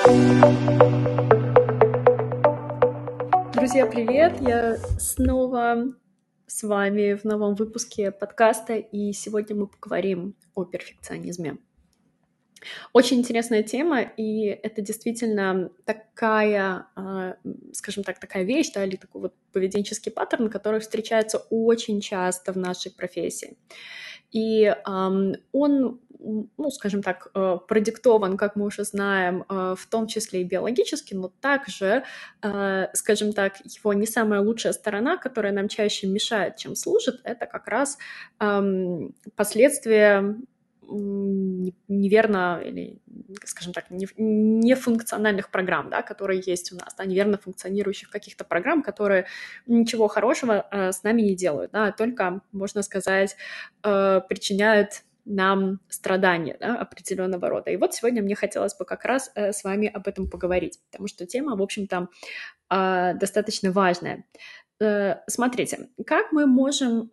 Друзья, привет! Я снова с вами в новом выпуске подкаста, и сегодня мы поговорим о перфекционизме. Очень интересная тема, и это действительно такая, скажем так, такая вещь, да, или такой вот поведенческий паттерн, который встречается очень часто в нашей профессии. И он, скажем так, продиктован, как мы уже знаем, в том числе и биологически, но также, скажем так, его не самая лучшая сторона, которая нам чаще мешает, чем служит, это как раз последствия неверно или, скажем так, нефункциональных программ, да, которые есть у нас, да, неверно функционирующих каких-то программ, которые ничего хорошего с нами не делают, да, только, можно сказать, причиняют нам страдания, да, определенного рода. И вот сегодня мне хотелось бы как раз с вами об этом поговорить, потому что тема, в общем-то, достаточно важная. Смотрите, как мы можем...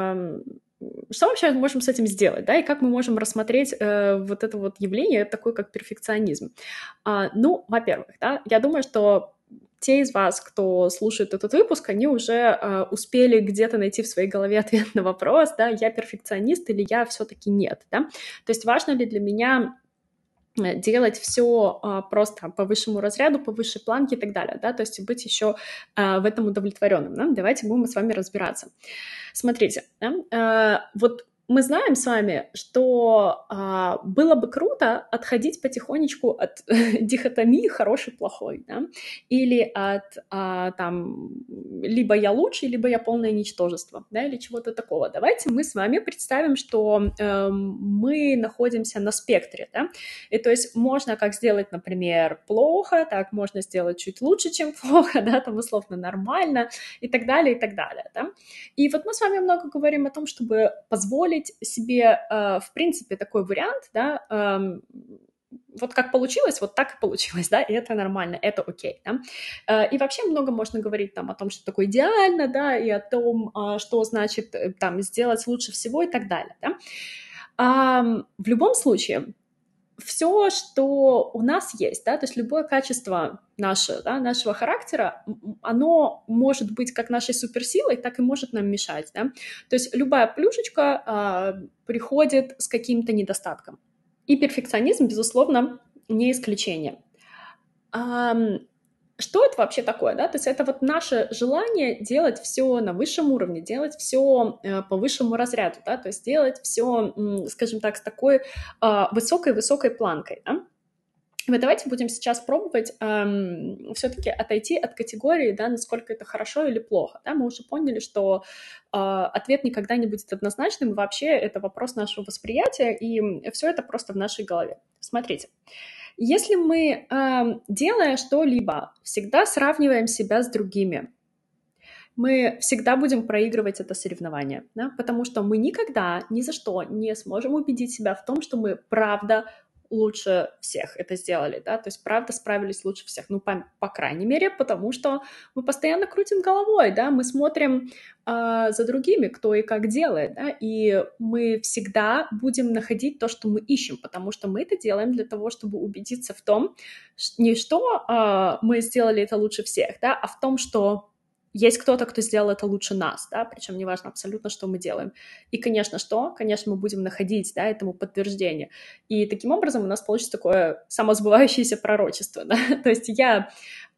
Что вообще мы можем с этим сделать, да, и как мы можем рассмотреть вот это вот явление, такое как перфекционизм? Во-первых, да, я думаю, что те из вас, кто слушает этот выпуск, они уже успели где-то найти в своей голове ответ на вопрос, да, я перфекционист или я все-таки нет, да? То есть важно ли для меня делать все просто по высшему разряду, по высшей планке и так далее, да, то есть быть еще в этом удовлетворенным, да? Давайте будем с вами разбираться. Смотрите, да, вот мы знаем с вами, что было бы круто отходить потихонечку от дихотомии хороший-плохой, да? Или от там либо я лучший, либо я полное ничтожество, да, или чего-то такого. Давайте мы с вами представим, что мы находимся на спектре, да, и то есть можно как сделать, например, плохо, так можно сделать чуть лучше, чем плохо, да, там условно нормально и так далее, да. И вот мы с вами много говорим о том, чтобы позволить себе, в принципе, такой вариант, да, вот как получилось, вот так и получилось, да, и это нормально, это окей, да. И вообще много можно говорить там о том, что такое идеально, да, и о том, что значит там сделать лучше всего и так далее, да. В любом случае, все, что у нас есть, да, то есть любое качество наше, да, нашего характера, оно может быть как нашей суперсилой, так и может нам мешать, да. То есть любая плюшечка приходит с каким-то недостатком. И перфекционизм, безусловно, не исключение. Что это вообще такое, да? То есть это вот наше желание делать все на высшем уровне, делать все по высшему разряду, да, то есть делать все, скажем так, с такой высокой планкой, да? Вот давайте будем сейчас пробовать все-таки отойти от категории, да, насколько это хорошо или плохо. Да? Мы уже поняли, что ответ никогда не будет однозначным, вообще это вопрос нашего восприятия, и все это просто в нашей голове. Смотрите, если мы, делая что-либо, всегда сравниваем себя с другими, мы всегда будем проигрывать это соревнование, да? Потому что мы никогда, ни за что не сможем убедить себя в том, что мы правда лучше всех это сделали, да, то есть правда справились лучше всех, ну, по крайней мере, потому что мы постоянно крутим головой, да, мы смотрим за другими, кто и как делает, да, и мы всегда будем находить то, что мы ищем, потому что мы это делаем для того, чтобы убедиться в том, не что мы сделали это лучше всех, да, а в том, что есть кто-то, кто сделал это лучше нас, да, причем неважно абсолютно, что мы делаем. И, конечно, Конечно, мы будем находить, да, этому подтверждение. И таким образом у нас получится такое самосбывающееся пророчество, да, то есть я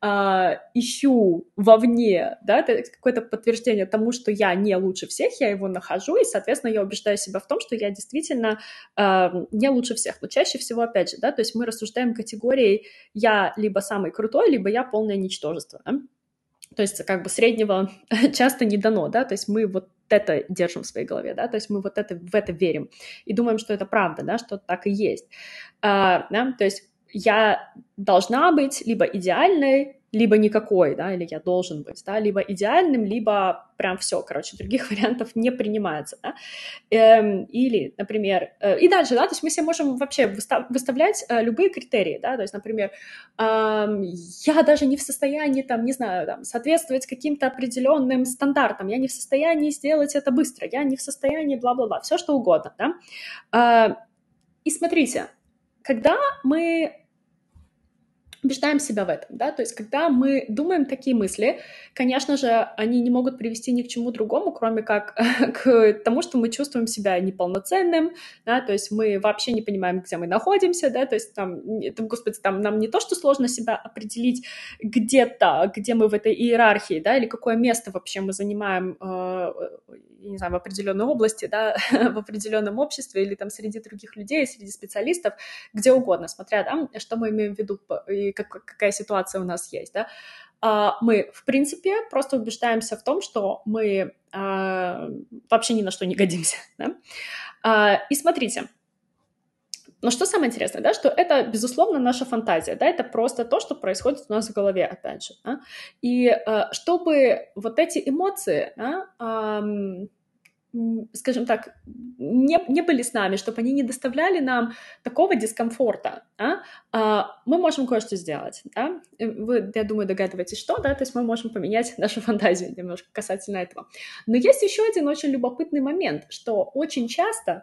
ищу вовне, да, какое-то подтверждение тому, что я не лучше всех, я его нахожу, и, соответственно, я убеждаю себя в том, что я действительно не лучше всех. Но чаще всего, опять же, да, то есть мы рассуждаем категорией «я либо самый крутой, либо я полное ничтожество», да? То есть как бы среднего часто не дано, да, то есть мы вот это держим в своей голове, да, то есть мы вот это, в это верим и думаем, что это правда, да, что так и есть. Да, то есть я должна быть либо идеальной, либо никакой, да, или я должен быть, да, либо идеальным, либо прям все, короче, других вариантов не принимается, да. Или, например, и дальше, да, то есть мы себе можем вообще выставлять любые критерии, да, то есть, например, я даже не в состоянии, там, не знаю, там, соответствовать каким-то определенным стандартам, я не в состоянии сделать это быстро, я не в состоянии бла-бла-бла, все что угодно, да. И смотрите, когда мы убеждаем себя в этом, да, то есть когда мы думаем такие мысли, конечно же, они не могут привести ни к чему другому, кроме как к тому, что мы чувствуем себя неполноценным, да, то есть мы вообще не понимаем, где мы находимся, да, то есть там, господи, там нам не то, что сложно себя определить где-то, где мы в этой иерархии, да, или какое место вообще мы занимаем, я не знаю, в определенной области, да, в определенном обществе или там среди других людей, среди специалистов, где угодно, смотря, да, что мы имеем в виду и какая ситуация у нас есть, да. Мы, в принципе, просто убеждаемся в том, что мы вообще ни на что не годимся, да. И смотрите, но что самое интересное, да, что это, безусловно, наша фантазия, да, это просто то, что происходит у нас в голове, опять же, да? И чтобы вот эти эмоции, да, скажем так, не были с нами, чтобы они не доставляли нам такого дискомфорта, да, мы можем кое-что сделать, да? Вы, я думаю, догадываетесь, что, да, то есть мы можем поменять нашу фантазию немножко касательно этого. Но есть еще один очень любопытный момент, что очень часто,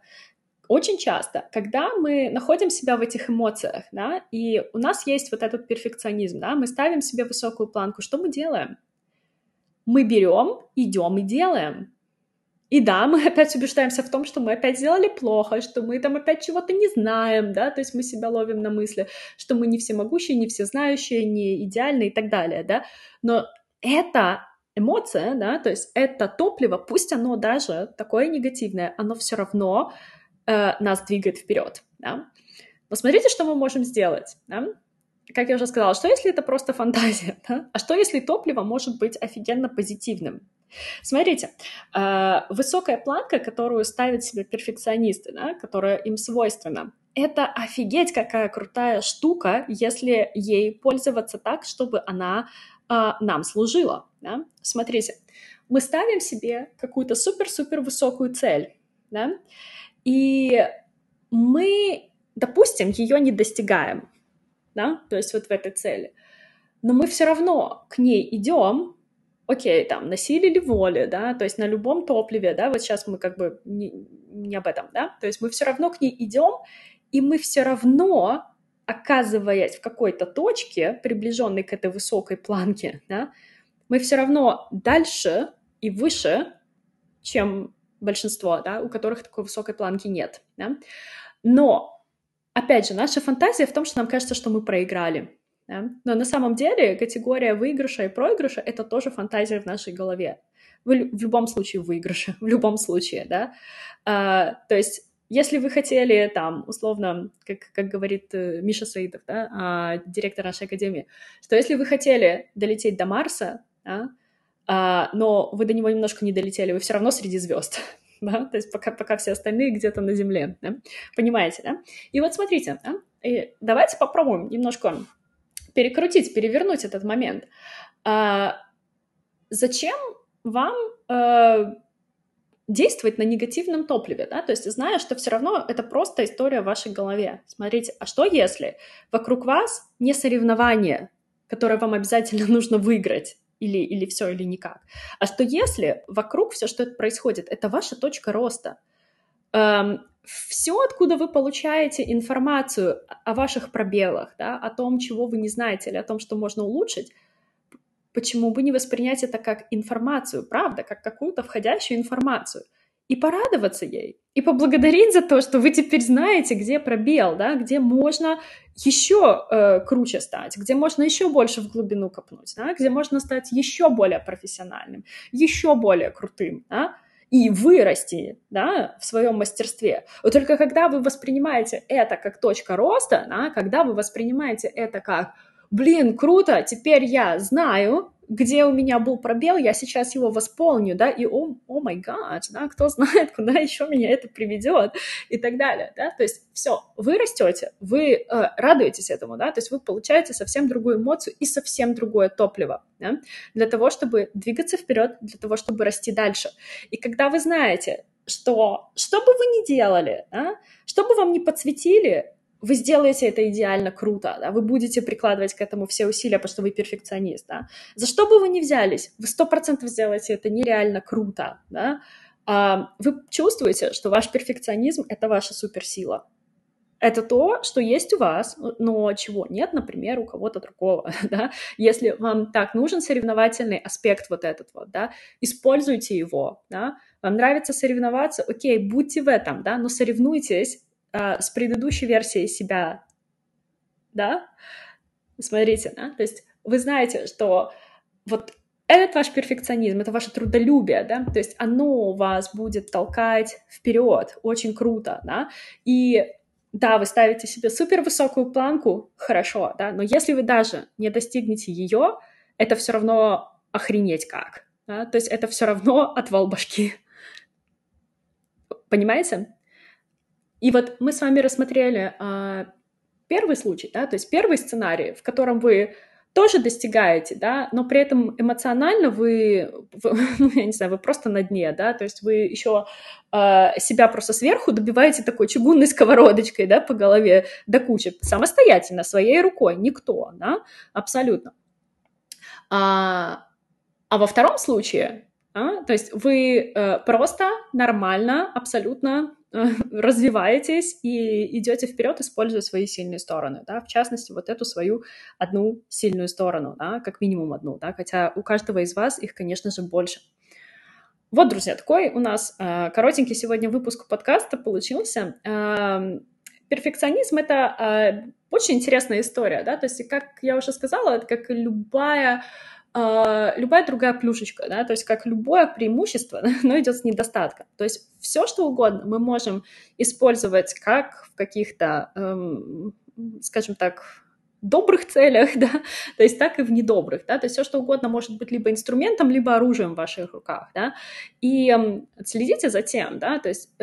когда мы находим себя в этих эмоциях, да, и у нас есть вот этот перфекционизм, да, мы ставим себе высокую планку, что мы делаем? Мы берем, идем и делаем. И да, мы опять убеждаемся в том, что мы опять сделали плохо, что мы там опять чего-то не знаем, да, то есть мы себя ловим на мысли, что мы не всемогущие, не всезнающие, не идеальные и так далее, да. Но это эмоция, да, то есть это топливо, пусть оно даже такое негативное, оно все равно нас двигает вперед, да. Но смотрите, что мы можем сделать, да? Как я уже сказала, что если это просто фантазия, да? А что если топливо может быть офигенно позитивным? Смотрите, высокая планка, которую ставят себе перфекционисты, да, которая им свойственна, это офигеть какая крутая штука, если ей пользоваться так, чтобы она нам служила. Да? Смотрите, мы ставим себе какую-то супер-супер высокую цель, да? И мы, допустим, ее не достигаем, да, то есть вот в этой цели, но мы все равно к ней идем, окей, там, на силе или воле, да, то есть на любом топливе, да, вот сейчас мы как бы не об этом, да, то есть мы все равно к ней идем, и мы все равно, оказываясь в какой-то точке, приближенной к этой высокой планке, да, мы все равно дальше и выше, чем большинство, да, у которых такой высокой планки нет, да? Но, опять же, наша фантазия в том, что нам кажется, что мы проиграли, да? Но на самом деле категория выигрыша и проигрыша — это тоже фантазия в нашей голове. Вы в любом случае выигрыше, в любом случае, да? То есть если вы хотели, там, условно, как говорит Миша Саидов, да, директор нашей академии, что если вы хотели долететь до Марса, да, но вы до него немножко не долетели, вы все равно среди звезд, да, то есть пока все остальные где-то на Земле, да? Понимаете, да? И вот смотрите, да? И давайте попробуем немножко перевернуть этот момент. Зачем вам действовать на негативном топливе, да, то есть зная, что все равно это просто история в вашей голове. Смотрите, а что если вокруг вас не соревнование, которое вам обязательно нужно выиграть, или все, или никак. А что если вокруг все, что это происходит, это ваша точка роста? Все, откуда вы получаете информацию о ваших пробелах, да, о том, чего вы не знаете, или о том, что можно улучшить, почему бы не воспринять это как информацию, правда, как какую-то входящую информацию, и порадоваться ей, и поблагодарить за то, что вы теперь знаете, где пробел, да, где можно еще круче стать, где можно еще больше в глубину копнуть, да, где можно стать еще более профессиональным, еще более крутым, да, и вырасти, да, в своем мастерстве. Вот только когда вы воспринимаете это как точка роста, да, когда вы воспринимаете это как блин, круто, теперь я знаю, где у меня был пробел, я сейчас его восполню, да, и о май гад, да, кто знает, куда еще меня это приведет и так далее, да, то есть все, вы растете, вы радуетесь этому, да, то есть вы получаете совсем другую эмоцию и совсем другое топливо, да, для того, чтобы двигаться вперед, для того, чтобы расти дальше. И когда вы знаете, что бы вы ни делали, да, что бы вам ни подсветили, вы сделаете это идеально круто, да? Вы будете прикладывать к этому все усилия, потому что вы перфекционист, да? За что бы вы ни взялись, вы 100% сделаете это нереально круто, да? Вы чувствуете, что ваш перфекционизм — это ваша суперсила. это то, что есть у вас, но чего нет, например, у кого-то другого, да. Если вам так нужен соревновательный аспект вот этот вот, да, используйте его, да. Вам нравится соревноваться, окей, будьте в этом, да, но соревнуйтесь с предыдущей версией себя, да. Смотрите, да, то есть вы знаете, что вот этот ваш перфекционизм, это ваше трудолюбие, да, то есть оно вас будет толкать вперед, очень круто, да, и да, вы ставите себе супер высокую планку, хорошо, да, но если вы даже не достигнете ее, это все равно охренеть как, да? То есть это все равно отвал башки, понимаете? И вот мы с вами рассмотрели первый случай, да, то есть первый сценарий, в котором вы тоже достигаете, да, но при этом эмоционально ну, я не знаю, вы просто на дне, да, то есть вы еще себя просто сверху добиваете такой чугунной сковородочкой, да, по голове до кучи, самостоятельно, своей рукой, никто, да, абсолютно. А во втором случае, то есть вы просто нормально, абсолютно развиваетесь и идете вперед, используя свои сильные стороны, да, в частности, вот эту свою одну сильную сторону, да, как минимум одну, да, хотя у каждого из вас их, конечно же, больше. Вот, друзья, такой у нас коротенький сегодня выпуск подкаста получился. Перфекционизм — это очень интересная история, да, то есть, как я уже сказала, это как любая другая плюшечка, да, то есть как любое преимущество, оно идет с недостатком. То есть все, что угодно мы можем использовать как в каких-то, скажем так, добрых целях, да, то есть так и в недобрых, да, то есть все, что угодно может быть либо инструментом, либо оружием в ваших руках, да, и следите за тем, да, то есть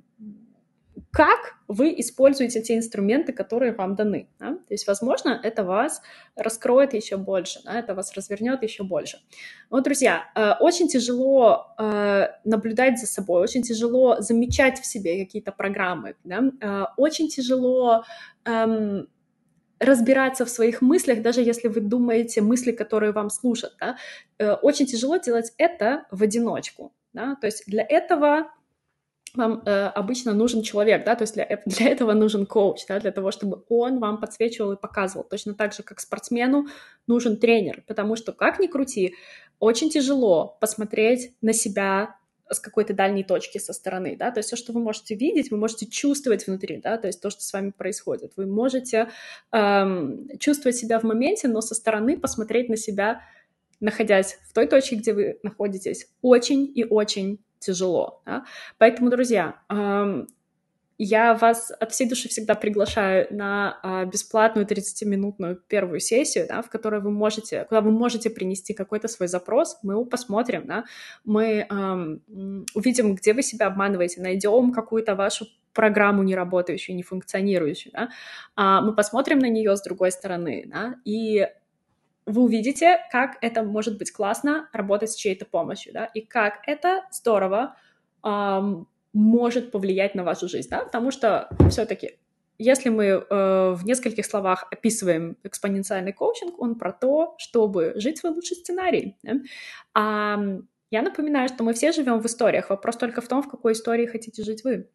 как вы используете те инструменты, которые вам даны. Да? То есть, возможно, это вас раскроет еще больше, да? Это вас развернет еще больше. Вот, друзья, очень тяжело наблюдать за собой, очень тяжело замечать в себе какие-то программы, да? Очень тяжело разбираться в своих мыслях, даже если вы думаете мысли, которые вам служат. Да? Очень тяжело делать это в одиночку. Да? То есть для этого вам обычно нужен человек, да, то есть для этого нужен коуч, да, для того, чтобы он вам подсвечивал и показывал. Точно так же, как спортсмену нужен тренер, потому что, как ни крути, очень тяжело посмотреть на себя с какой-то дальней точки со стороны, да, то есть все, что вы можете видеть, вы можете чувствовать внутри, да, то есть то, что с вами происходит. Вы можете чувствовать себя в моменте, но со стороны посмотреть на себя, находясь в той точке, где вы находитесь, очень и очень тяжело. Да? Поэтому, друзья, я вас от всей души всегда приглашаю на бесплатную 30-минутную первую сессию, да, куда вы можете принести какой-то свой запрос, мы его посмотрим, да? Мы увидим, где вы себя обманываете, найдем какую-то вашу программу неработающую, нефункционирующую, да? Мы посмотрим на нее с другой стороны, да? И вы увидите, как это может быть классно работать с чьей-то помощью, да, и как это здорово может повлиять на вашу жизнь, да, потому что все-таки, если мы в нескольких словах описываем экспоненциальный коучинг, он про то, чтобы жить свой лучший сценарий. Да? Я напоминаю, что мы все живем в историях, вопрос только в том, в какой истории хотите жить вы.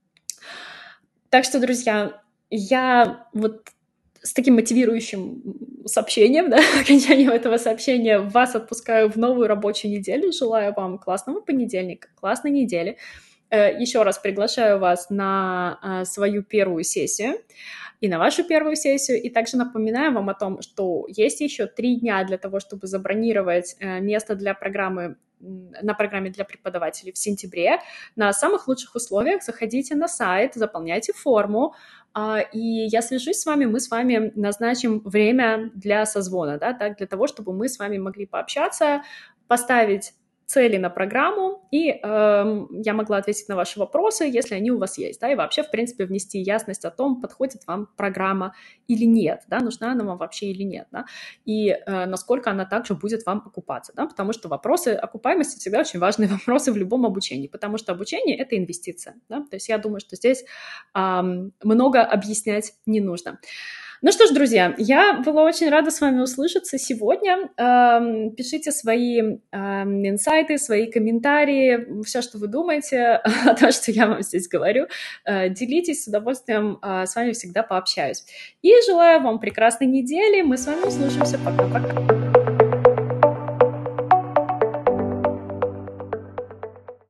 Так что, друзья, я вот с таким мотивирующим сообщением, да, окончанием этого сообщения вас отпускаю в новую рабочую неделю. Желаю вам классного понедельника, классной недели. Еще раз приглашаю вас на свою первую сессию и на вашу первую сессию. И также напоминаю вам о том, что есть еще 3 дня для того, чтобы забронировать место для программы на программе для преподавателей в сентябре на самых лучших условиях. Заходите на сайт, заполняйте форму, и я свяжусь с вами, мы с вами назначим время для созвона, да, так, для того, чтобы мы с вами могли пообщаться, поставить цели на программу, и я могла ответить на ваши вопросы, если они у вас есть, да, и вообще, в принципе, внести ясность о том, подходит вам программа или нет, да, нужна она вам вообще или нет, да, и насколько она также будет вам окупаться, да, потому что вопросы окупаемости всегда очень важные вопросы в любом обучении, потому что обучение — это инвестиция, да, то есть я думаю, что здесь много объяснять не нужно. Ну что ж, друзья, я была очень рада с вами услышаться сегодня. Пишите свои инсайты, свои комментарии, все, что вы думаете о том, что я вам здесь говорю. Делитесь, с удовольствием с вами всегда пообщаюсь. И желаю вам прекрасной недели. Мы с вами услышимся. Пока-пока.